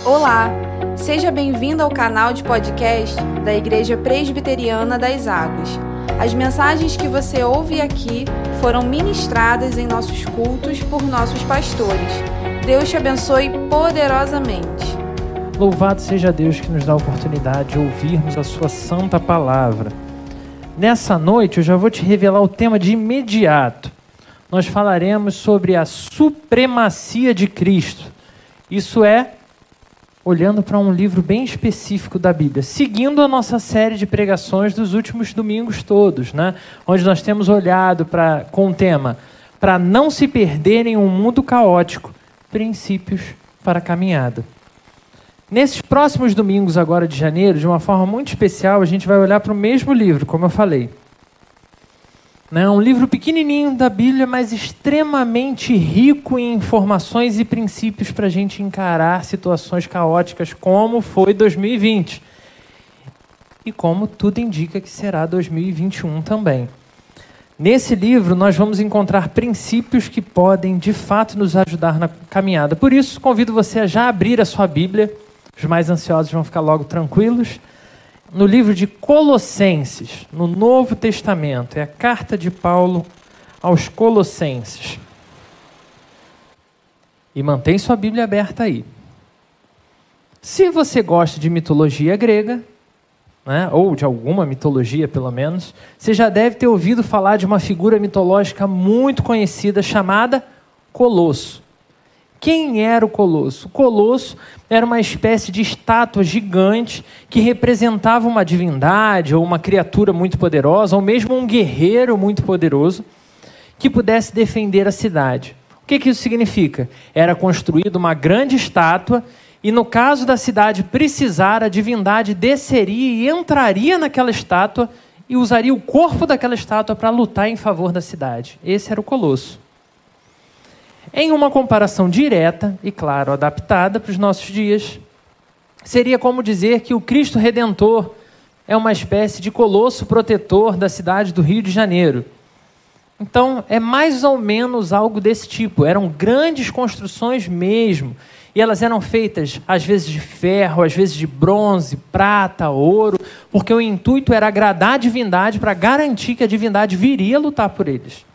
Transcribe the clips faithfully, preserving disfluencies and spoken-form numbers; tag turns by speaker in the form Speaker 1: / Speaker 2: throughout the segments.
Speaker 1: Olá, seja bem-vindo ao canal de podcast da Igreja Presbiteriana das Águas. As mensagens que você ouve aqui foram ministradas em nossos cultos por nossos pastores. Deus te abençoe poderosamente.
Speaker 2: Louvado seja Deus que nos dá a oportunidade de ouvirmos a sua santa palavra. Nessa noite eu já vou te revelar o tema de imediato. Nós falaremos sobre a supremacia de Cristo. Isso é, olhando para um livro bem específico da Bíblia, seguindo a nossa série de pregações dos últimos domingos todos, né? Onde nós temos olhado pra, com o tema, para não se perder em um mundo caótico, princípios para a caminhada. Nesses próximos domingos agora de janeiro, de uma forma muito especial, a gente vai olhar para o mesmo livro, como eu falei. É um livro pequenininho da Bíblia, mas extremamente rico em informações e princípios para a gente encarar situações caóticas como foi dois mil e vinte. E como tudo indica que será dois mil e vinte e um também. Nesse livro nós vamos encontrar princípios que podem de fato nos ajudar na caminhada. Por isso convido você a já abrir a sua Bíblia. Os mais ansiosos vão ficar logo tranquilos. No livro de Colossenses, no Novo Testamento, é a carta de Paulo aos Colossenses. E mantém sua Bíblia aberta aí. Se você gosta de mitologia grega, né, ou de alguma mitologia pelo menos, você já deve ter ouvido falar de uma figura mitológica muito conhecida chamada Colosso. Quem era o Colosso? O Colosso era uma espécie de estátua gigante que representava uma divindade ou uma criatura muito poderosa, ou mesmo um guerreiro muito poderoso que pudesse defender a cidade. O que que isso significa? Era construída uma grande estátua e, no caso da cidade precisar, a divindade desceria e entraria naquela estátua e usaria o corpo daquela estátua para lutar em favor da cidade. Esse era o Colosso. Em uma comparação direta e, claro, adaptada para os nossos dias, seria como dizer que o Cristo Redentor é uma espécie de colosso protetor da cidade do Rio de Janeiro. Então, é mais ou menos algo desse tipo. Eram grandes construções mesmo, e elas eram feitas, às vezes, de ferro, às vezes de bronze, prata, ouro, porque o intuito era agradar a divindade para garantir que a divindade viria lutar por eles.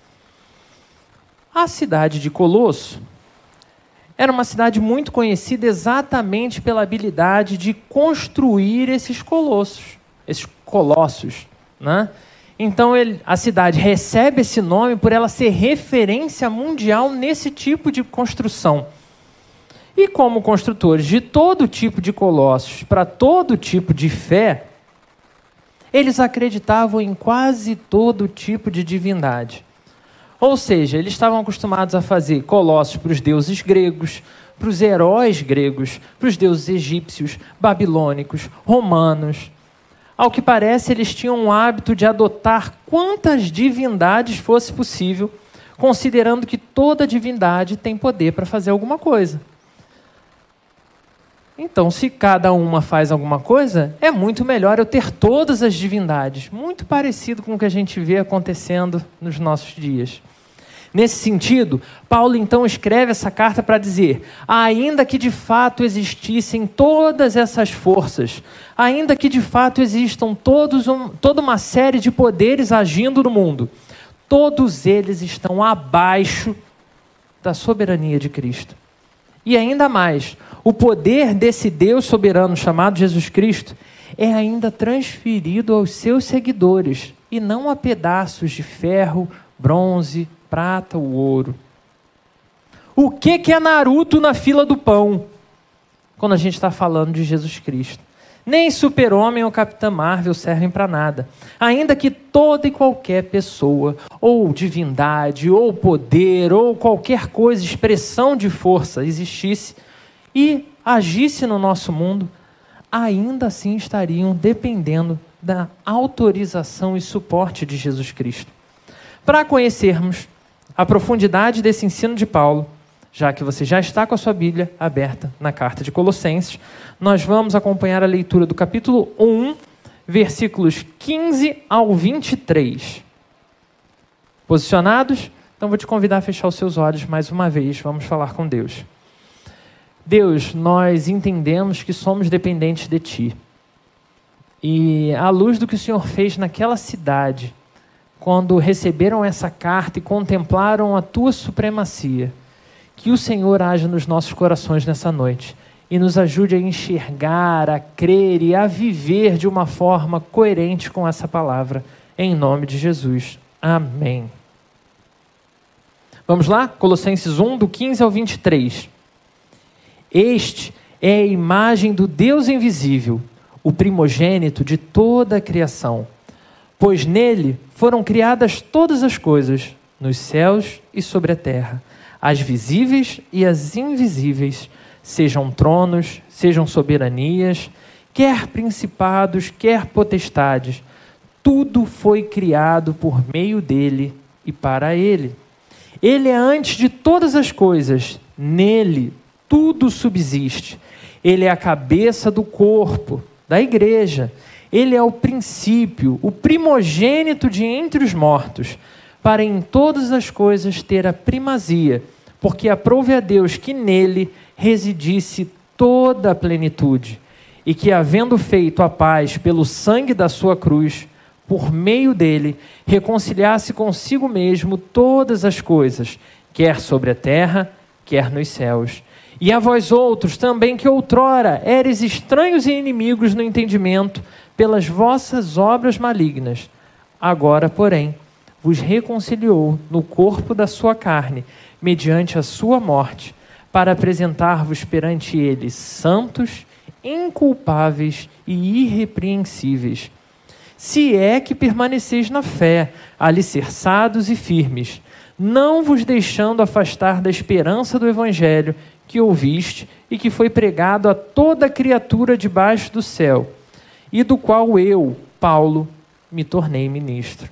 Speaker 2: A cidade de Colosso era uma cidade muito conhecida exatamente pela habilidade de construir esses colossos, esses colossos, né? Então ele, a cidade recebe esse nome por ela ser referência mundial nesse tipo de construção. E como construtores de todo tipo de colossos, para todo tipo de fé, eles acreditavam em quase todo tipo de divindade. Ou seja, eles estavam acostumados a fazer colossos para os deuses gregos, para os heróis gregos, para os deuses egípcios, babilônicos, romanos. Ao que parece, eles tinham o hábito de adotar quantas divindades fosse possível, considerando que toda divindade tem poder para fazer alguma coisa. Então, se cada uma faz alguma coisa, é muito melhor eu ter todas as divindades. Muito parecido com o que a gente vê acontecendo nos nossos dias. Nesse sentido, Paulo então escreve essa carta para dizer: ainda que de fato existissem todas essas forças, ainda que de fato existam todos um, toda uma série de poderes agindo no mundo, todos eles estão abaixo da soberania de Cristo. E ainda mais, o poder desse Deus soberano chamado Jesus Cristo é ainda transferido aos seus seguidores e não a pedaços de ferro, bronze, prata ou ouro. O que que é Naruto na fila do pão? Quando a gente está falando de Jesus Cristo. Nem Super-Homem ou Capitã Marvel servem para nada. Ainda que toda e qualquer pessoa, ou divindade, ou poder, ou qualquer coisa, expressão de força existisse e agisse no nosso mundo, ainda assim estariam dependendo da autorização e suporte de Jesus Cristo. Para conhecermos a profundidade desse ensino de Paulo, já que você já está com a sua Bíblia aberta na carta de Colossenses, nós vamos acompanhar a leitura do capítulo um, versículos quinze ao vinte e três. Posicionados? Então vou te convidar a fechar os seus olhos mais uma vez, vamos falar com Deus. Deus, nós entendemos que somos dependentes de Ti. E à luz do que o Senhor fez naquela cidade, quando receberam essa carta e contemplaram a Tua supremacia, que o Senhor haja nos nossos corações nessa noite e nos ajude a enxergar, a crer e a viver de uma forma coerente com essa palavra, em nome de Jesus. Amém. Vamos lá? Colossenses um, do quinze ao vinte e três. Este é a imagem do Deus invisível, o primogênito de toda a criação, pois nele foram criadas todas as coisas, nos céus e sobre a terra, as visíveis e as invisíveis, sejam tronos, sejam soberanias, quer principados, quer potestades, tudo foi criado por meio dele e para ele. Ele é antes de todas as coisas, nele tudo subsiste. Ele é a cabeça do corpo, da igreja. Ele é o princípio, o primogênito de entre os mortos, para em todas as coisas ter a primazia, porque aprouve a Deus que nele residisse toda a plenitude, e que, havendo feito a paz pelo sangue da sua cruz, por meio dele, reconciliasse consigo mesmo todas as coisas, quer sobre a terra, quer nos céus. E a vós outros também, que outrora éreis estranhos e inimigos no entendimento, pelas vossas obras malignas, agora, porém, vos reconciliou no corpo da sua carne, mediante a sua morte, para apresentar-vos perante ele santos, inculpáveis e irrepreensíveis. Se é que permaneceis na fé, alicerçados e firmes, não vos deixando afastar da esperança do evangelho que ouviste e que foi pregado a toda criatura debaixo do céu, e do qual eu, Paulo, me tornei ministro.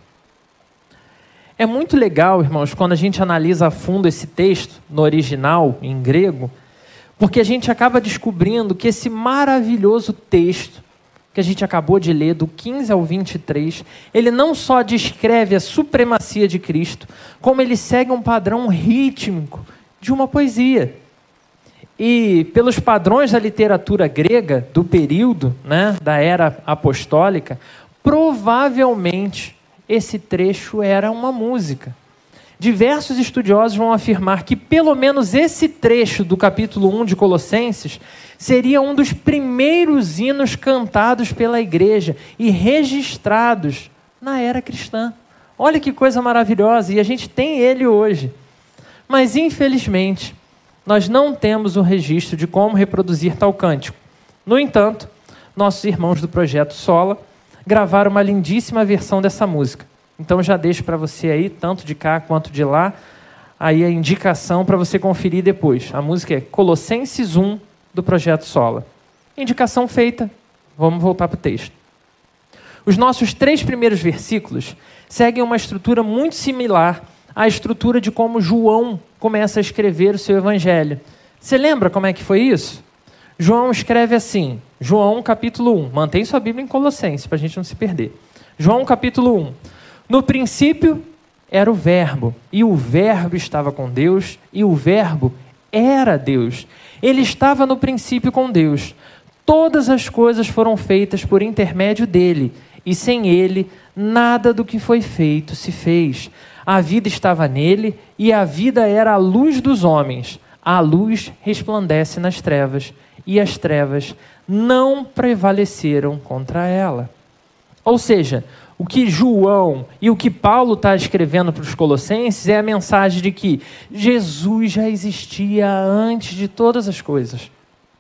Speaker 2: É muito legal, irmãos, quando a gente analisa a fundo esse texto, no original, em grego, porque a gente acaba descobrindo que esse maravilhoso texto, que a gente acabou de ler, do quinze ao vinte e três, ele não só descreve a supremacia de Cristo, como ele segue um padrão rítmico de uma poesia. E pelos padrões da literatura grega, do período, né, da era apostólica, provavelmente esse trecho era uma música. Diversos estudiosos vão afirmar que pelo menos esse trecho do capítulo um de Colossenses seria um dos primeiros hinos cantados pela igreja e registrados na era cristã. Olha que coisa maravilhosa, e a gente tem ele hoje. Mas, infelizmente, nós não temos um registro de como reproduzir tal cântico. No entanto, nossos irmãos do Projeto Sola gravaram uma lindíssima versão dessa música. Então já deixo para você aí, tanto de cá quanto de lá, aí a indicação para você conferir depois. A música é Colossenses um, do Projeto Sola. Indicação feita, vamos voltar para o texto. Os nossos três primeiros versículos seguem uma estrutura muito similar à estrutura de como João começa a escrever o seu evangelho. Você lembra como é que foi isso? João escreve assim, João capítulo um, mantém sua Bíblia em Colossenses, para a gente não se perder. João capítulo um, no princípio era o verbo, e o verbo estava com Deus, e o verbo era Deus. Ele estava no princípio com Deus. Todas as coisas foram feitas por intermédio dele, e sem ele, nada do que foi feito se fez. A vida estava nele, e a vida era a luz dos homens. A luz resplandece nas trevas, e as trevas não prevaleceram contra ela. Ou seja, o que João e o que Paulo está escrevendo para os Colossenses é a mensagem de que Jesus já existia antes de todas as coisas.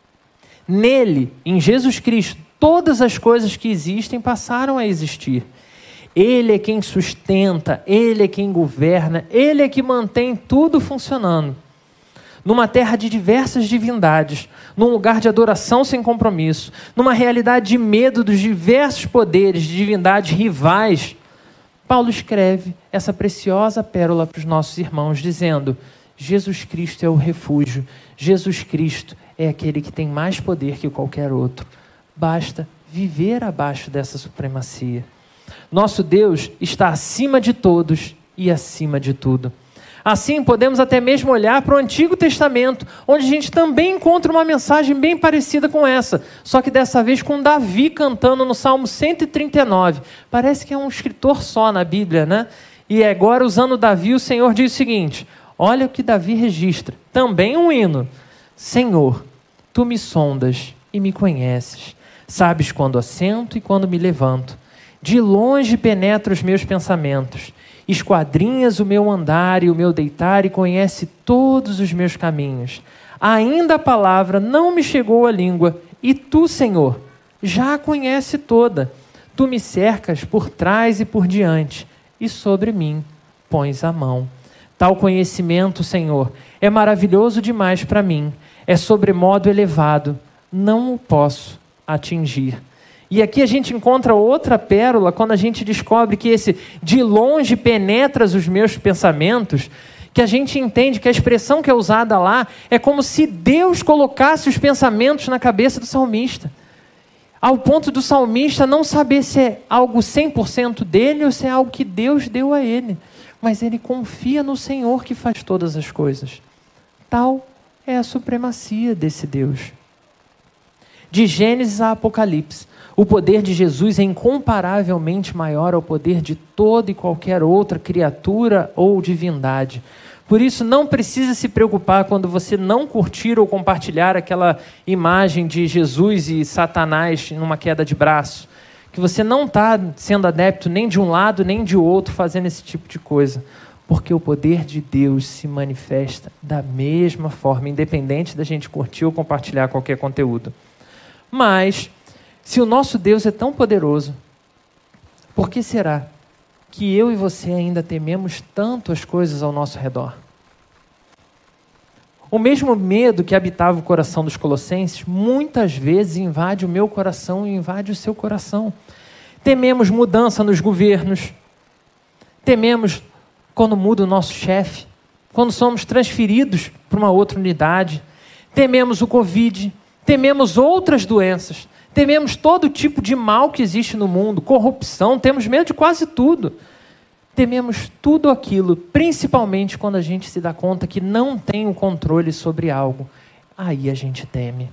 Speaker 2: Nele, em Jesus Cristo, todas as coisas que existem passaram a existir. Ele é quem sustenta, Ele é quem governa, Ele é que mantém tudo funcionando. Numa terra de diversas divindades, num lugar de adoração sem compromisso, numa realidade de medo dos diversos poderes de divindades rivais, Paulo escreve essa preciosa pérola para os nossos irmãos, dizendo: Jesus Cristo é o refúgio, Jesus Cristo é aquele que tem mais poder que qualquer outro. Basta viver abaixo dessa supremacia. Nosso Deus está acima de todos e acima de tudo. Assim, podemos até mesmo olhar para o Antigo Testamento, onde a gente também encontra uma mensagem bem parecida com essa, só que dessa vez com Davi cantando no Salmo cento e trinta e nove. Parece que é um escritor só na Bíblia, né? E agora, usando Davi, o Senhor diz o seguinte: olha o que Davi registra, também um hino. Senhor, tu me sondas e me conheces, sabes quando assento e quando me levanto. De longe penetra os meus pensamentos, esquadrinhas o meu andar e o meu deitar e conhece todos os meus caminhos. Ainda a palavra não me chegou à língua, e tu, Senhor, já a conhece toda. Tu me cercas por trás e por diante, e sobre mim pões a mão. Tal conhecimento, Senhor, é maravilhoso demais para mim, é sobremodo elevado, não o posso atingir. E aqui a gente encontra outra pérola quando a gente descobre que esse de longe penetras os meus pensamentos, que a gente entende que a expressão que é usada lá é como se Deus colocasse os pensamentos na cabeça do salmista, ao ponto do salmista não saber se é algo cem por cento dele ou se é algo que Deus deu a ele, mas ele confia no Senhor que faz todas as coisas. Tal é a supremacia desse Deus. De Gênesis a Apocalipse, o poder de Jesus é incomparavelmente maior ao poder de toda e qualquer outra criatura ou divindade. Por isso, não precisa se preocupar quando você não curtir ou compartilhar aquela imagem de Jesus e Satanás numa queda de braço, que você não está sendo adepto nem de um lado nem de outro fazendo esse tipo de coisa, porque o poder de Deus se manifesta da mesma forma, independente da gente curtir ou compartilhar qualquer conteúdo. Mas, se o nosso Deus é tão poderoso, por que será que eu e você ainda tememos tanto as coisas ao nosso redor? O mesmo medo que habitava o coração dos colossenses, muitas vezes invade o meu coração e invade o seu coração. Tememos mudança nos governos, tememos quando muda o nosso chefe, quando somos transferidos para uma outra unidade, tememos o Covid, tememos outras doenças, tememos todo tipo de mal que existe no mundo, corrupção, temos medo de quase tudo. Tememos tudo aquilo, principalmente quando a gente se dá conta que não tem o controle sobre algo. Aí a gente teme.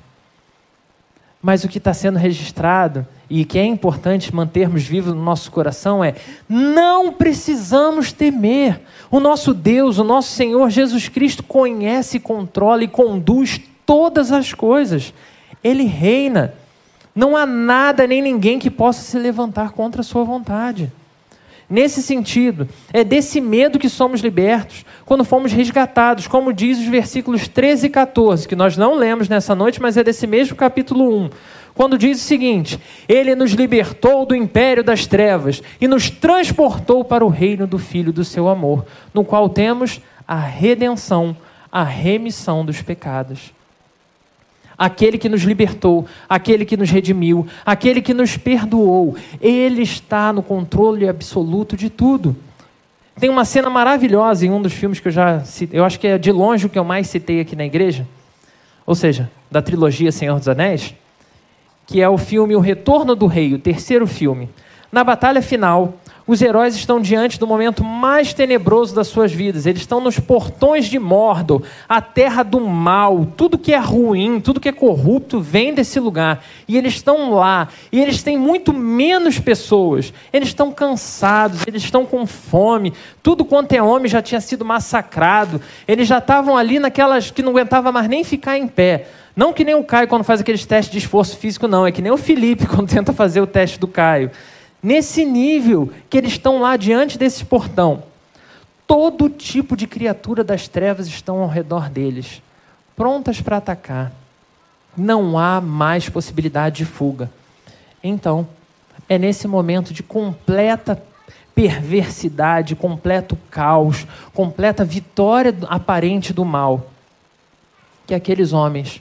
Speaker 2: Mas o que está sendo registrado e que é importante mantermos vivo no nosso coração é: não precisamos temer. O nosso Deus, o nosso Senhor Jesus Cristo conhece, controla e conduz todas as coisas. Ele reina. Não há nada nem ninguém que possa se levantar contra a sua vontade. Nesse sentido, é desse medo que somos libertos quando fomos resgatados, como diz os versículos treze e catorze, que nós não lemos nessa noite, mas é desse mesmo capítulo um, quando diz o seguinte: Ele nos libertou do império das trevas e nos transportou para o reino do Filho do seu amor, no qual temos a redenção, a remissão dos pecados. Aquele que nos libertou, aquele que nos redimiu, aquele que nos perdoou, Ele está no controle absoluto de tudo. Tem uma cena maravilhosa em um dos filmes que eu já citei, eu acho que é de longe o que eu mais citei aqui na igreja, ou seja, da trilogia Senhor dos Anéis, que é o filme O Retorno do Rei, o terceiro filme. Na batalha final, os heróis estão diante do momento mais tenebroso das suas vidas. Eles estão nos portões de Mordor, a terra do mal. Tudo que é ruim, tudo que é corrupto vem desse lugar. E eles estão lá. E eles têm muito menos pessoas. Eles estão cansados, eles estão com fome. Tudo quanto é homem já tinha sido massacrado. Eles já estavam ali naquelas que não aguentava mais nem ficar em pé. Não que nem o Caio quando faz aqueles testes de esforço físico, não. É que nem o Felipe quando tenta fazer o teste do Caio. Nesse nível que eles estão lá diante desse portão, todo tipo de criatura das trevas estão ao redor deles, prontas para atacar. Não há mais possibilidade de fuga. Então, é nesse momento de completa perversidade, completo caos, completa vitória aparente do mal, que aqueles homens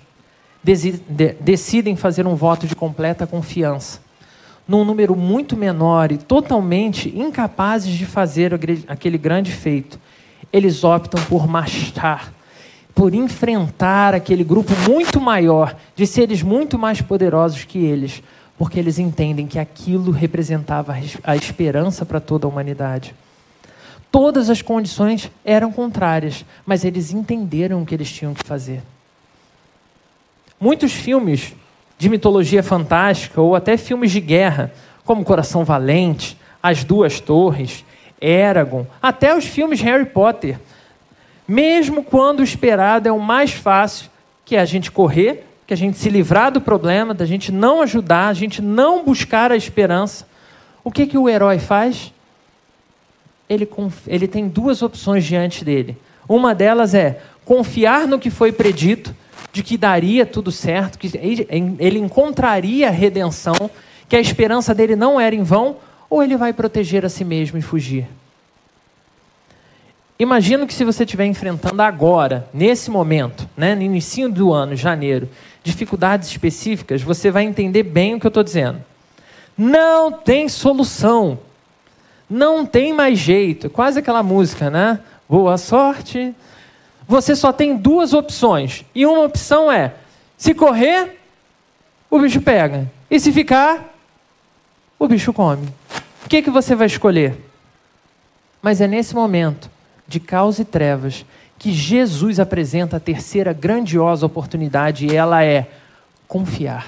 Speaker 2: decidem fazer um voto de completa confiança. Num número muito menor e totalmente incapazes de fazer aquele grande feito, eles optam por marchar, por enfrentar aquele grupo muito maior, de seres muito mais poderosos que eles, porque eles entendem que aquilo representava a esperança para toda a humanidade. Todas as condições eram contrárias, mas eles entenderam o que eles tinham que fazer. Muitos filmes de mitologia fantástica, ou até filmes de guerra, como Coração Valente, As Duas Torres, Eragon, até os filmes de Harry Potter, mesmo quando o esperado é o mais fácil, que é a gente correr, que a gente se livrar do problema, da gente não ajudar, a gente não buscar a esperança, o que, que o herói faz? Ele, ele tem duas opções diante dele. Uma delas é confiar no que foi predito, de que daria tudo certo, que ele encontraria a redenção, que a esperança dele não era em vão, ou ele vai proteger a si mesmo e fugir. Imagino que se você estiver enfrentando agora, nesse momento, né, no início do ano, janeiro, dificuldades específicas, você vai entender bem o que eu estou dizendo. Não tem solução. Não tem mais jeito. É quase aquela música, né? Boa sorte. Você só tem duas opções. E uma opção é, se correr, o bicho pega. E se ficar, o bicho come. O que, que você vai escolher? Mas é nesse momento de caos e trevas que Jesus apresenta a terceira grandiosa oportunidade, e ela é confiar.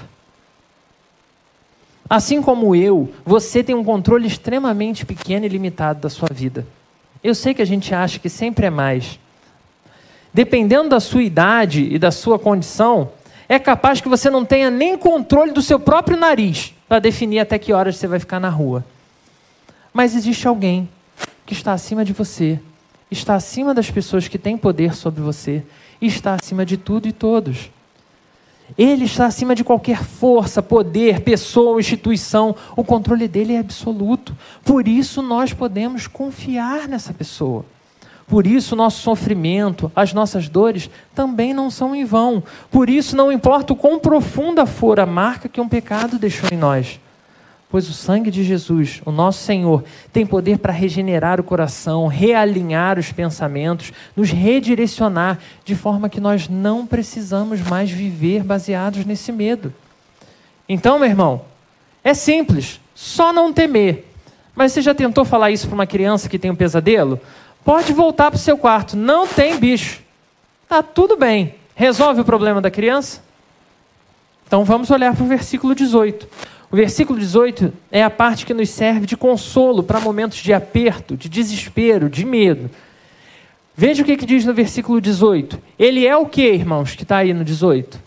Speaker 2: Assim como eu, você tem um controle extremamente pequeno e limitado da sua vida. Eu sei que a gente acha que sempre é mais. Dependendo da sua idade e da sua condição, é capaz que você não tenha nem controle do seu próprio nariz para definir até que horas você vai ficar na rua. Mas existe alguém que está acima de você, está acima das pessoas que têm poder sobre você e está acima de tudo e todos. Ele está acima de qualquer força, poder, pessoa ou instituição. O controle dele é absoluto. Por isso nós podemos confiar nessa pessoa. Por isso o nosso sofrimento, as nossas dores também não são em vão. Por isso não importa o quão profunda for a marca que um pecado deixou em nós. Pois o sangue de Jesus, o nosso Senhor, tem poder para regenerar o coração, realinhar os pensamentos, nos redirecionar, de forma que nós não precisamos mais viver baseados nesse medo. Então, meu irmão, é simples, só não temer. Mas você já tentou falar isso para uma criança que tem um pesadelo? Pode voltar para o seu quarto, não tem bicho. Tá tudo bem. Resolve o problema da criança? Então vamos olhar para o versículo dezoito. O versículo dezoito é a parte que nos serve de consolo para momentos de aperto, de desespero, de medo. Veja o que, que diz no versículo dezoito. Ele é o que, irmãos, que está aí no dezoito?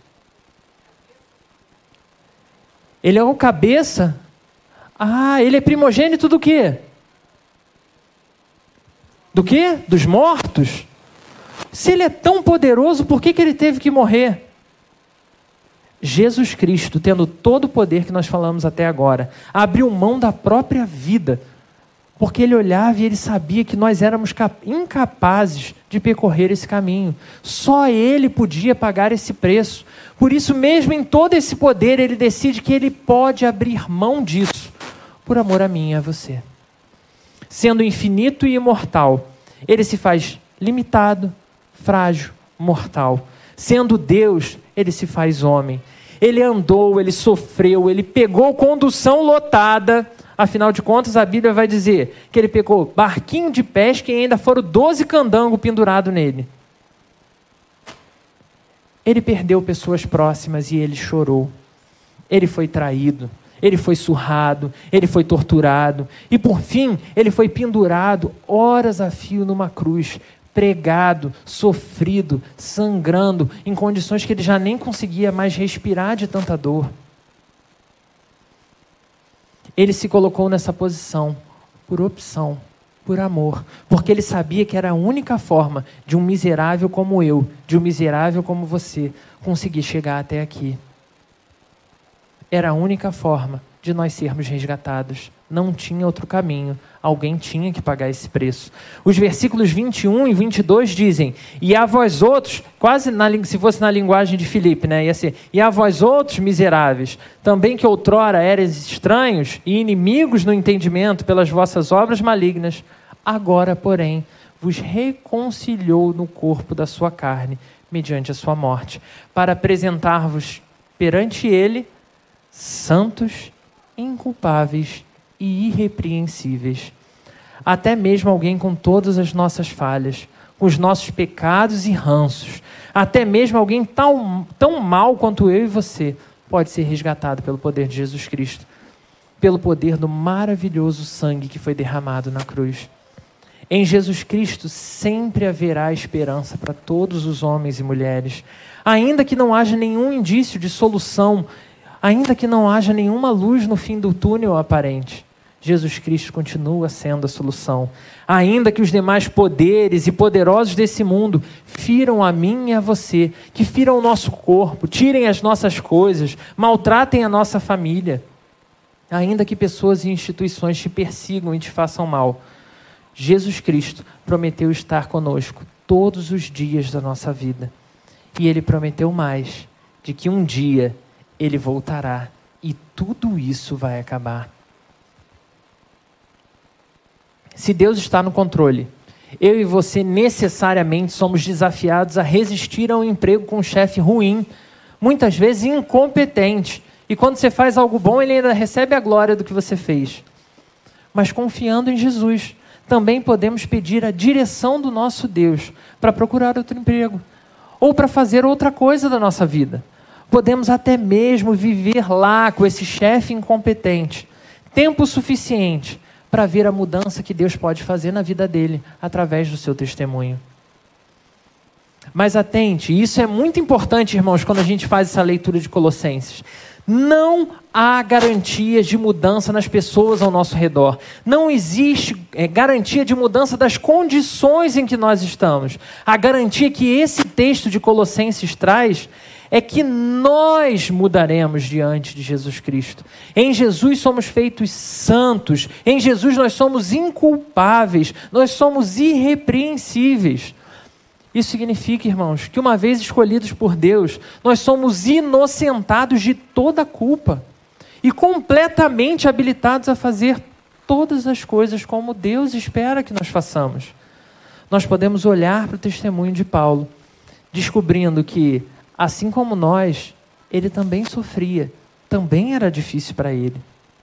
Speaker 2: Ele é o cabeça? Ah, ele é primogênito do quê? Do quê? Dos mortos? Se ele é tão poderoso, por que, que ele teve que morrer? Jesus Cristo, tendo todo o poder que nós falamos até agora, abriu mão da própria vida, porque ele olhava e ele sabia que nós éramos incapazes de percorrer esse caminho. Só ele podia pagar esse preço. Por isso, mesmo em todo esse poder, ele decide que ele pode abrir mão disso, por amor a mim e a você. Sendo infinito e imortal, ele se faz limitado, frágil, mortal. Sendo Deus, ele se faz homem. Ele andou, ele sofreu, ele pegou condução lotada. Afinal de contas, a Bíblia vai dizer que ele pegou barquinho de pesca e ainda foram doze candangos pendurados nele. Ele perdeu pessoas próximas e ele chorou. Ele foi traído, ele foi surrado, ele foi torturado. E por fim, ele foi pendurado horas a fio numa cruz, pregado, sofrido, sangrando, em condições que ele já nem conseguia mais respirar de tanta dor. Ele se colocou nessa posição por opção, por amor, porque ele sabia que era a única forma de um miserável como eu, de um miserável como você, conseguir chegar até aqui. Era a única forma de nós sermos resgatados. Não tinha outro caminho. Alguém tinha que pagar esse preço. Os versículos vinte e um e vinte e dois dizem: e a vós outros, quase na, se fosse na linguagem de Filipe, né, ia ser: e a vós outros miseráveis, também que outrora eres estranhos e inimigos no entendimento pelas vossas obras malignas, agora, porém, vos reconciliou no corpo da sua carne, mediante a sua morte, para apresentar-vos perante ele santos, inculpáveis e irrepreensíveis, até mesmo alguém com todas as nossas falhas, com os nossos pecados e ranços, até mesmo alguém tão, tão mal quanto eu e você, pode ser resgatado pelo poder de Jesus Cristo, pelo poder do maravilhoso sangue que foi derramado na cruz. Em Jesus Cristo sempre haverá esperança para todos os homens e mulheres, ainda que não haja nenhum indício de solução, ainda que não haja nenhuma luz no fim do túnel aparente. Jesus Cristo continua sendo a solução. Ainda que os demais poderes e poderosos desse mundo firam a mim e a você, que firam o nosso corpo, tirem as nossas coisas, maltratem a nossa família, ainda que pessoas e instituições te persigam e te façam mal, Jesus Cristo prometeu estar conosco todos os dias da nossa vida. E Ele prometeu mais, de que um dia Ele voltará e tudo isso vai acabar. Se Deus está no controle, eu e você necessariamente somos desafiados a resistir a um emprego com um chefe ruim, muitas vezes incompetente. E quando você faz algo bom, ele ainda recebe a glória do que você fez. Mas confiando em Jesus, também podemos pedir a direção do nosso Deus para procurar outro emprego ou para fazer outra coisa da nossa vida. Podemos até mesmo viver lá com esse chefe incompetente, tempo suficiente para ver a mudança que Deus pode fazer na vida dele através do seu testemunho. Mas atente, isso é muito importante, irmãos, quando a gente faz essa leitura de Colossenses. Não há garantias de mudança nas pessoas ao nosso redor. Não existe é, garantia de mudança das condições em que nós estamos. A garantia que esse texto de Colossenses traz é que nós mudaremos diante de Jesus Cristo. Em Jesus somos feitos santos. Em Jesus nós somos inculpáveis. Nós somos irrepreensíveis. Isso significa, irmãos, que uma vez escolhidos por Deus, nós somos inocentados de toda culpa e completamente habilitados a fazer todas as coisas como Deus espera que nós façamos. Nós podemos olhar para o testemunho de Paulo, descobrindo que, assim como nós, ele também sofria, também era difícil para ele.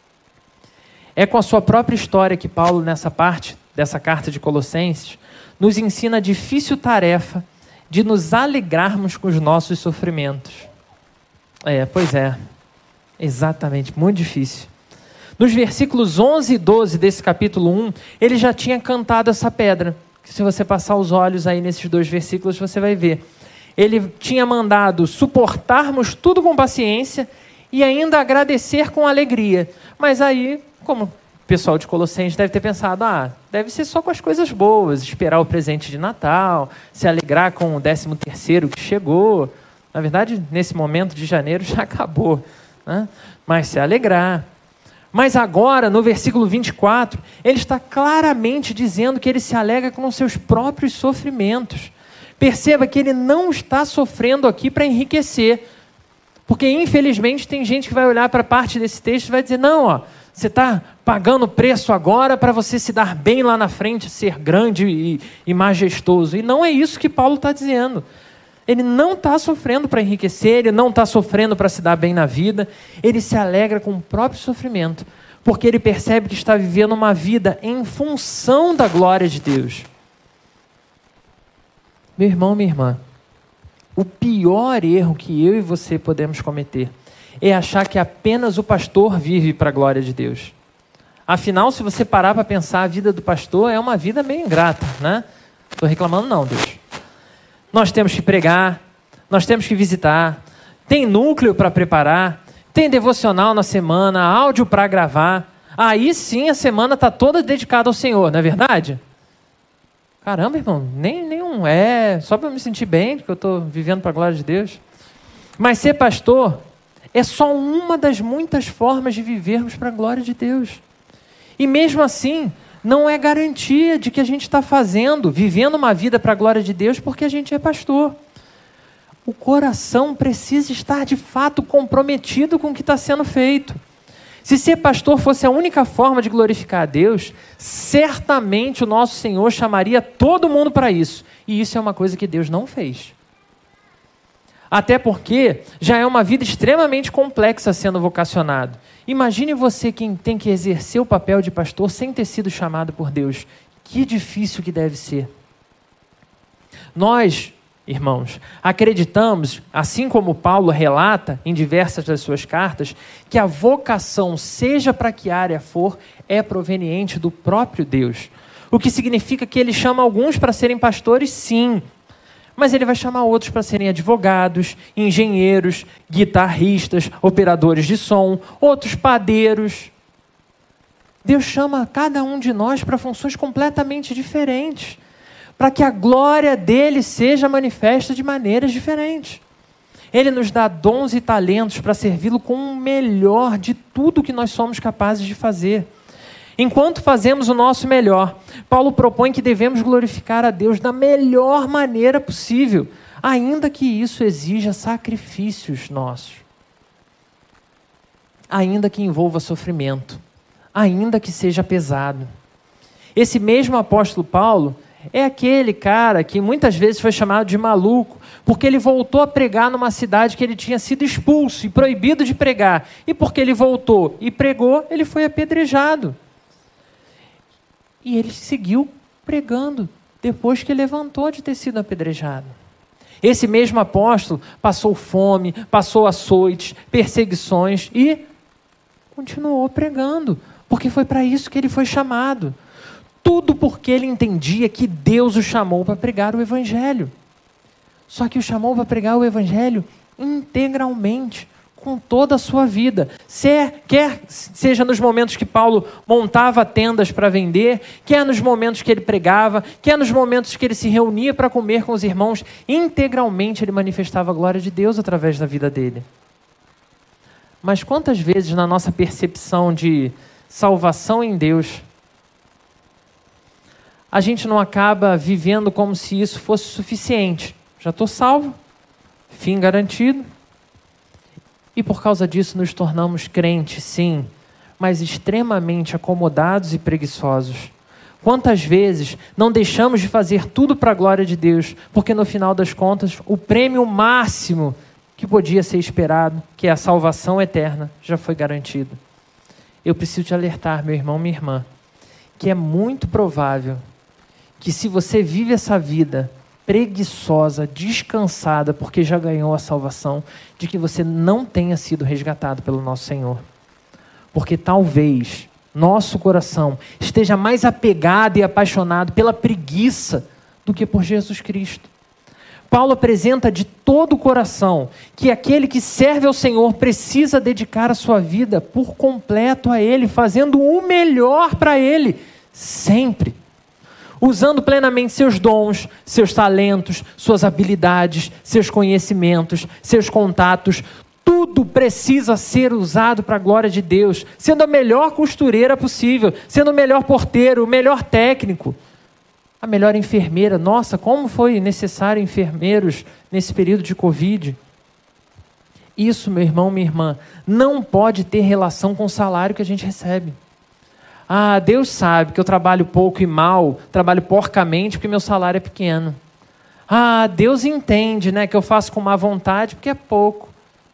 Speaker 2: É com a sua própria história que Paulo, nessa parte dessa carta de Colossenses, nos ensina a difícil tarefa de nos alegrarmos com os nossos sofrimentos. É, pois é, exatamente, muito difícil. Nos versículos onze e doze desse capítulo um, ele já tinha cantado essa pedra. Se você passar os olhos aí nesses dois versículos, você vai ver. Ele tinha mandado suportarmos tudo com paciência e ainda agradecer com alegria. Mas aí, como o pessoal de Colossenses deve ter pensado, ah, deve ser só com as coisas boas, esperar o presente de Natal, se alegrar com o décimo terceiro que chegou. Na verdade, nesse momento de janeiro já acabou, né? Mas se alegrar. Mas agora, no versículo vinte e quatro, ele está claramente dizendo que ele se alegra com os seus próprios sofrimentos. Perceba que ele não está sofrendo aqui para enriquecer. Porque, infelizmente, tem gente que vai olhar para a parte desse texto e vai dizer, não, ó, você está pagando preço agora para você se dar bem lá na frente, ser grande e, e majestoso. E não é isso que Paulo está dizendo. Ele não está sofrendo para enriquecer, ele não está sofrendo para se dar bem na vida. Ele se alegra com o próprio sofrimento, porque ele percebe que está vivendo uma vida em função da glória de Deus. Meu irmão, minha irmã, o pior erro que eu e você podemos cometer é achar que apenas o pastor vive para a glória de Deus. Afinal, se você parar para pensar, a vida do pastor é uma vida meio ingrata, né? Estou reclamando não, Deus. Nós temos que pregar, nós temos que visitar, tem núcleo para preparar, tem devocional na semana, áudio para gravar. Aí sim a semana está toda dedicada ao Senhor, não é verdade? Caramba, irmão, nem, nem um é, só para eu me sentir bem, porque eu estou vivendo para a glória de Deus. Mas ser pastor é só uma das muitas formas de vivermos para a glória de Deus. E mesmo assim, não é garantia de que a gente está fazendo, vivendo uma vida para a glória de Deus, porque a gente é pastor. O coração precisa estar de fato comprometido com o que está sendo feito. Se ser pastor fosse a única forma de glorificar a Deus, certamente o nosso Senhor chamaria todo mundo para isso. E isso é uma coisa que Deus não fez. Até porque já é uma vida extremamente complexa sendo vocacionado. Imagine você quem tem que exercer o papel de pastor sem ter sido chamado por Deus. Que difícil que deve ser. Nós, irmãos, acreditamos, assim como Paulo relata em diversas das suas cartas, que a vocação, seja para que área for, é proveniente do próprio Deus. O que significa que ele chama alguns para serem pastores, sim, mas ele vai chamar outros para serem advogados, engenheiros, guitarristas, operadores de som, outros padeiros. Deus chama cada um de nós para funções completamente diferentes, para que a glória dele seja manifesta de maneiras diferentes. Ele nos dá dons e talentos para servi-lo com o melhor de tudo que nós somos capazes de fazer. Enquanto fazemos o nosso melhor, Paulo propõe que devemos glorificar a Deus da melhor maneira possível, ainda que isso exija sacrifícios nossos, ainda que envolva sofrimento, ainda que seja pesado. Esse mesmo apóstolo Paulo é aquele cara que muitas vezes foi chamado de maluco, porque ele voltou a pregar numa cidade que ele tinha sido expulso e proibido de pregar. E porque ele voltou e pregou, ele foi apedrejado. E ele seguiu pregando depois que levantou de ter sido apedrejado. Esse mesmo apóstolo passou fome, passou açoites, perseguições e continuou pregando, porque foi para isso que ele foi chamado. Tudo porque ele entendia que Deus o chamou para pregar o Evangelho. Só que o chamou para pregar o Evangelho integralmente, com toda a sua vida. Se, quer seja nos momentos que Paulo montava tendas para vender, quer nos momentos que ele pregava, quer nos momentos que ele se reunia para comer com os irmãos, integralmente ele manifestava a glória de Deus através da vida dele. Mas quantas vezes na nossa percepção de salvação em Deus, a gente não acaba vivendo como se isso fosse suficiente? Já estou salvo, fim garantido. E por causa disso nos tornamos crentes, sim, mas extremamente acomodados e preguiçosos. Quantas vezes não deixamos de fazer tudo para a glória de Deus, porque no final das contas o prêmio máximo que podia ser esperado, que é a salvação eterna, já foi garantido. Eu preciso te alertar, meu irmão, minha irmã, que é muito provável que se você vive essa vida preguiçosa, descansada, porque já ganhou a salvação, de que você não tenha sido resgatado pelo nosso Senhor. Porque talvez nosso coração esteja mais apegado e apaixonado pela preguiça do que por Jesus Cristo. Paulo apresenta de todo o coração que aquele que serve ao Senhor precisa dedicar a sua vida por completo a Ele, fazendo o melhor para Ele, sempre. Usando plenamente seus dons, seus talentos, suas habilidades, seus conhecimentos, seus contatos. Tudo precisa ser usado para a glória de Deus, sendo a melhor costureira possível, sendo o melhor porteiro, o melhor técnico, a melhor enfermeira. Nossa, como foi necessário enfermeiros nesse período de Covid. Isso, meu irmão, minha irmã, não pode ter relação com o salário que a gente recebe. Ah, Deus sabe que eu trabalho pouco e mal, trabalho porcamente porque meu salário é pequeno. Ah, Deus entende, né, que eu faço com má vontade porque é pouco.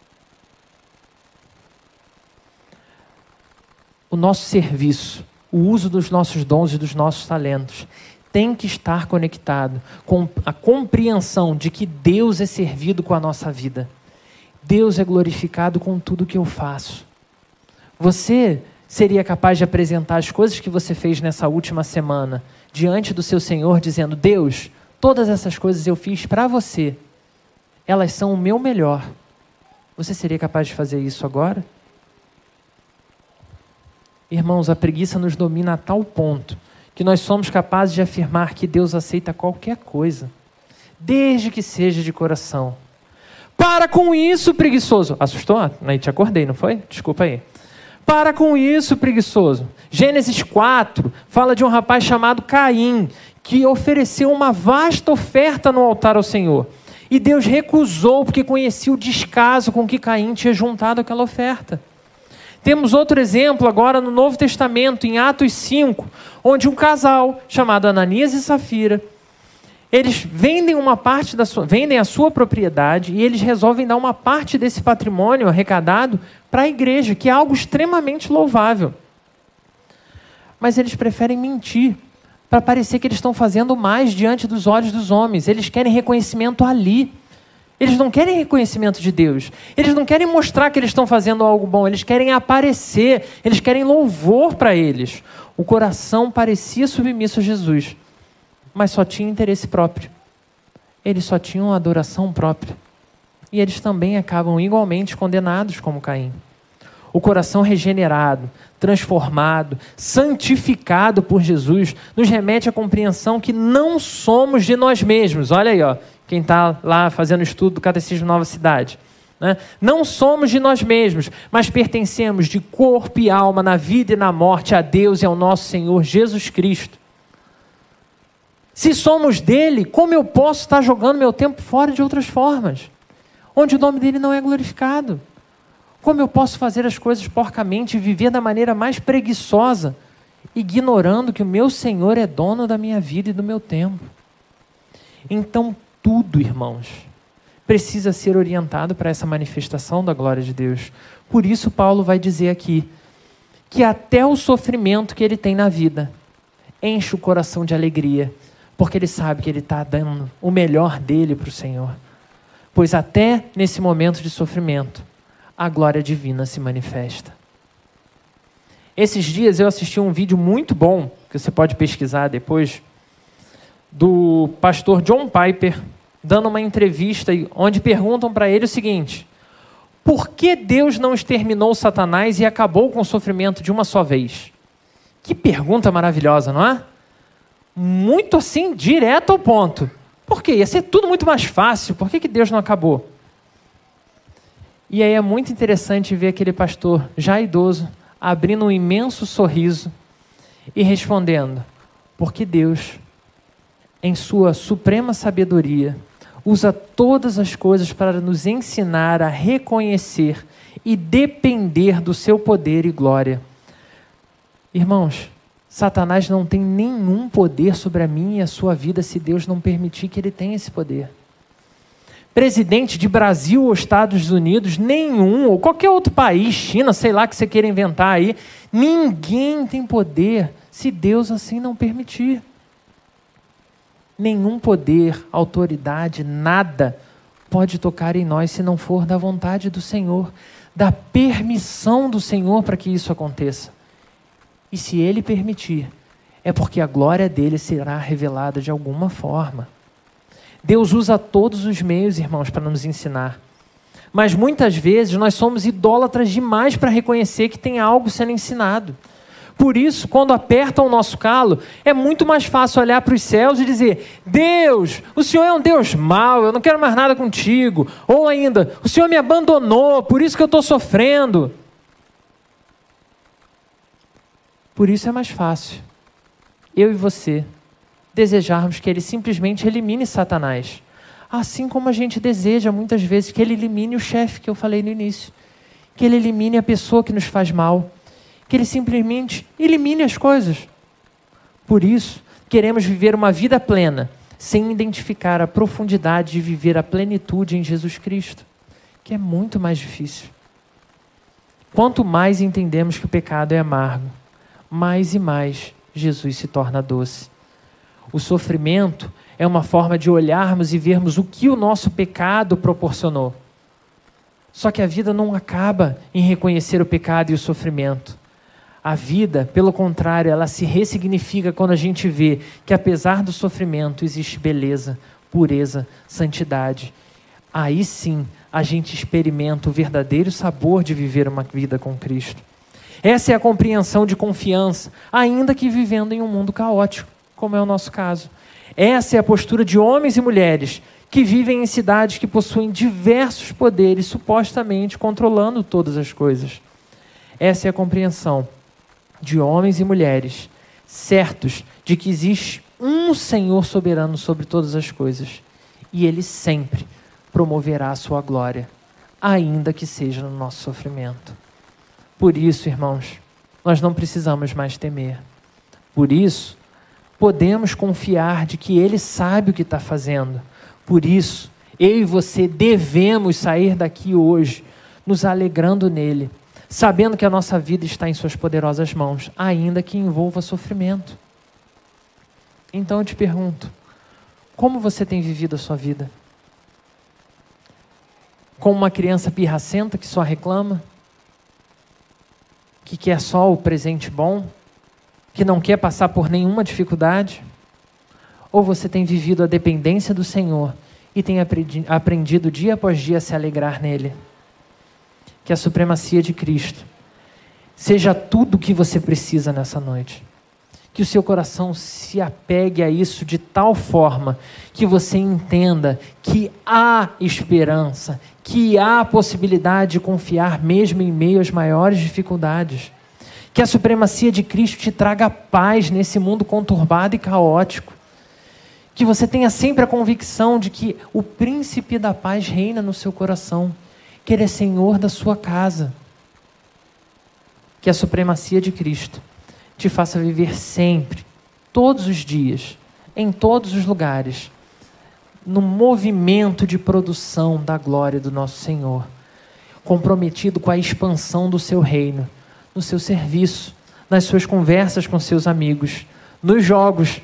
Speaker 2: O nosso serviço, o uso dos nossos dons e dos nossos talentos tem que estar conectado com a compreensão de que Deus é servido com a nossa vida. Deus é glorificado com tudo que eu faço. Você seria capaz de apresentar as coisas que você fez nessa última semana diante do seu Senhor, dizendo: Deus, todas essas coisas eu fiz para você. Elas são o meu melhor. Você seria capaz de fazer isso agora? Irmãos, a preguiça nos domina a tal ponto que nós somos capazes de afirmar que Deus aceita qualquer coisa, desde que seja de coração. Para com isso, preguiçoso. Assustou? Aí te acordei, não foi? Desculpa aí. Para com isso, preguiçoso. Gênesis quatro fala de um rapaz chamado Caim, que ofereceu uma vasta oferta no altar ao Senhor. E Deus recusou, porque conhecia o descaso com que Caim tinha juntado aquela oferta. Temos outro exemplo agora no Novo Testamento, em Atos cinco, onde um casal chamado Ananias e Safira, eles vendem uma parte da sua, vendem a sua propriedade e eles resolvem dar uma parte desse patrimônio arrecadado para a igreja, que é algo extremamente louvável. Mas eles preferem mentir para parecer que eles estão fazendo mais diante dos olhos dos homens. Eles querem reconhecimento ali. Eles não querem reconhecimento de Deus. Eles não querem mostrar que eles estão fazendo algo bom. Eles querem aparecer. Eles querem louvor para eles. O coração parecia submisso a Jesus, mas só tinha interesse próprio. Eles só tinham adoração própria. E eles também acabam igualmente condenados como Caim. O coração regenerado, transformado, santificado por Jesus, nos remete à compreensão que não somos de nós mesmos. Olha aí, ó, quem está lá fazendo o estudo do Catecismo Nova Cidade. Né? Não somos de nós mesmos, mas pertencemos de corpo e alma, na vida e na morte, a Deus e ao nosso Senhor Jesus Cristo. Se somos dele, como eu posso estar jogando meu tempo fora de outras formas, onde o nome dele não é glorificado? Como eu posso fazer as coisas porcamente e viver da maneira mais preguiçosa, ignorando que o meu Senhor é dono da minha vida e do meu tempo? Então, tudo, irmãos, precisa ser orientado para essa manifestação da glória de Deus. Por isso, Paulo vai dizer aqui que até o sofrimento que ele tem na vida enche o coração de alegria, porque ele sabe que ele está dando o melhor dele para o Senhor. Pois até nesse momento de sofrimento, a glória divina se manifesta. Esses dias eu assisti um vídeo muito bom, que você pode pesquisar depois, do pastor John Piper, dando uma entrevista onde perguntam para ele o seguinte: por que Deus não exterminou Satanás e acabou com o sofrimento de uma só vez? Que pergunta maravilhosa, não é? Muito assim, direto ao ponto. Por quê? Ia ser tudo muito mais fácil. Por que que Deus não acabou? E aí é muito interessante ver aquele pastor já idoso, abrindo um imenso sorriso e respondendo: porque Deus, em sua suprema sabedoria, usa todas as coisas para nos ensinar a reconhecer e depender do seu poder e glória. Irmãos, Satanás não tem nenhum poder sobre a minha e a sua vida se Deus não permitir que ele tenha esse poder. Presidente de Brasil ou Estados Unidos, nenhum, ou qualquer outro país, China, sei lá, que você queira inventar aí, ninguém tem poder se Deus assim não permitir. Nenhum poder, autoridade, nada pode tocar em nós se não for da vontade do Senhor, da permissão do Senhor para que isso aconteça. E se Ele permitir, é porque a glória dele será revelada de alguma forma. Deus usa todos os meios, irmãos, para nos ensinar. Mas muitas vezes nós somos idólatras demais para reconhecer que tem algo sendo ensinado. Por isso, quando apertam o nosso calo, é muito mais fácil olhar para os céus e dizer: Deus, o Senhor é um Deus mau, eu não quero mais nada contigo. Ou ainda, o Senhor me abandonou, por isso que eu estou sofrendo. Por isso é mais fácil eu e você desejarmos que Ele simplesmente elimine Satanás. Assim como a gente deseja muitas vezes que Ele elimine o chefe que eu falei no início. Que Ele elimine a pessoa que nos faz mal. Que Ele simplesmente elimine as coisas. Por isso, queremos viver uma vida plena, sem identificar a profundidade de viver a plenitude em Jesus Cristo, que é muito mais difícil. Quanto mais entendemos que o pecado é amargo, mais e mais Jesus se torna doce. O sofrimento é uma forma de olharmos e vermos o que o nosso pecado proporcionou. Só que a vida não acaba em reconhecer o pecado e o sofrimento. A vida, pelo contrário, ela se ressignifica quando a gente vê que apesar do sofrimento existe beleza, pureza, santidade. Aí sim a gente experimenta o verdadeiro sabor de viver uma vida com Cristo. Essa é a compreensão de confiança, ainda que vivendo em um mundo caótico, como é o nosso caso. Essa é a postura de homens e mulheres que vivem em cidades que possuem diversos poderes, supostamente controlando todas as coisas. Essa é a compreensão de homens e mulheres certos de que existe um Senhor soberano sobre todas as coisas e Ele sempre promoverá a sua glória, ainda que seja no nosso sofrimento. Por isso, irmãos, nós não precisamos mais temer. Por isso, podemos confiar de que Ele sabe o que está fazendo. Por isso, eu e você devemos sair daqui hoje, nos alegrando nele, sabendo que a nossa vida está em suas poderosas mãos, ainda que envolva sofrimento. Então eu te pergunto, como você tem vivido a sua vida? Como uma criança pirracenta que só reclama? Que quer só o presente bom? Que não quer passar por nenhuma dificuldade? Ou você tem vivido a dependência do Senhor e tem aprendi- aprendido dia após dia a se alegrar nele? Que a supremacia de Cristo seja tudo o que você precisa nessa noite. Que o seu coração se apegue a isso de tal forma que você entenda que há esperança, que há possibilidade de confiar mesmo em meio às maiores dificuldades. Que a supremacia de Cristo te traga paz nesse mundo conturbado e caótico. Que você tenha sempre a convicção de que o príncipe da paz reina no seu coração, que ele é Senhor da sua casa. Que a supremacia de Cristo te faça viver sempre, todos os dias, em todos os lugares, no movimento de produção da glória do nosso Senhor, comprometido com a expansão do seu reino, no seu serviço, nas suas conversas com seus amigos, nos jogos,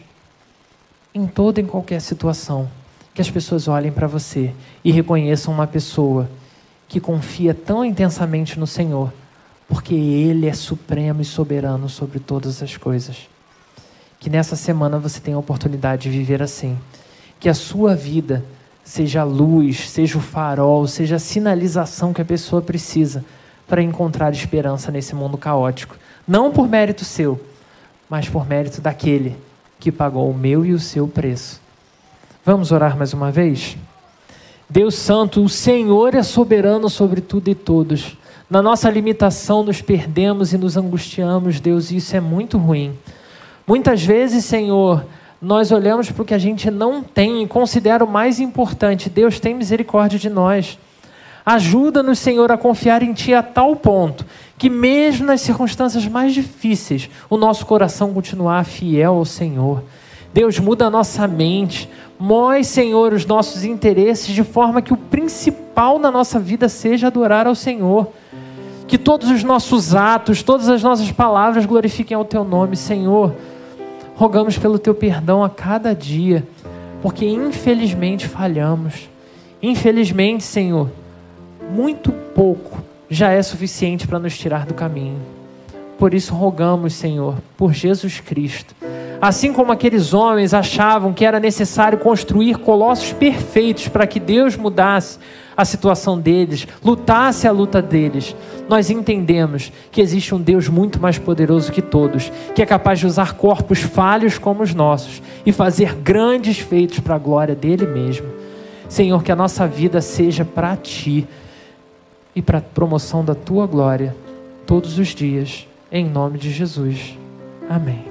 Speaker 2: em toda e em qualquer situação, que as pessoas olhem para você e reconheçam uma pessoa que confia tão intensamente no Senhor, porque Ele é supremo e soberano sobre todas as coisas. Que nessa semana você tenha a oportunidade de viver assim. Que a sua vida seja a luz, seja o farol, seja a sinalização que a pessoa precisa para encontrar esperança nesse mundo caótico. Não por mérito seu, mas por mérito daquele que pagou o meu e o seu preço. Vamos orar mais uma vez? Deus Santo, o Senhor é soberano sobre tudo e todos. Na nossa limitação nos perdemos e nos angustiamos, Deus, e isso é muito ruim. Muitas vezes, Senhor, nós olhamos para o que a gente não tem e considera o mais importante. Deus, tem misericórdia de nós. Ajuda-nos, Senhor, a confiar em Ti a tal ponto que mesmo nas circunstâncias mais difíceis, o nosso coração continuar fiel ao Senhor. Deus, muda a nossa mente. Mói, Senhor, os nossos interesses de forma que o principal na nossa vida seja adorar ao Senhor. Que todos os nossos atos, todas as nossas palavras glorifiquem ao Teu nome, Senhor. Rogamos pelo Teu perdão a cada dia, porque infelizmente falhamos. Infelizmente, Senhor, muito pouco já é suficiente para nos tirar do caminho. Por isso rogamos, Senhor, por Jesus Cristo. Assim como aqueles homens achavam que era necessário construir colossos perfeitos para que Deus mudasse a situação deles, lutasse a luta deles, nós entendemos que existe um Deus muito mais poderoso que todos, que é capaz de usar corpos falhos como os nossos e fazer grandes feitos para a glória dele mesmo. Senhor, que a nossa vida seja para Ti e para a promoção da Tua glória todos os dias, em nome de Jesus. Amém.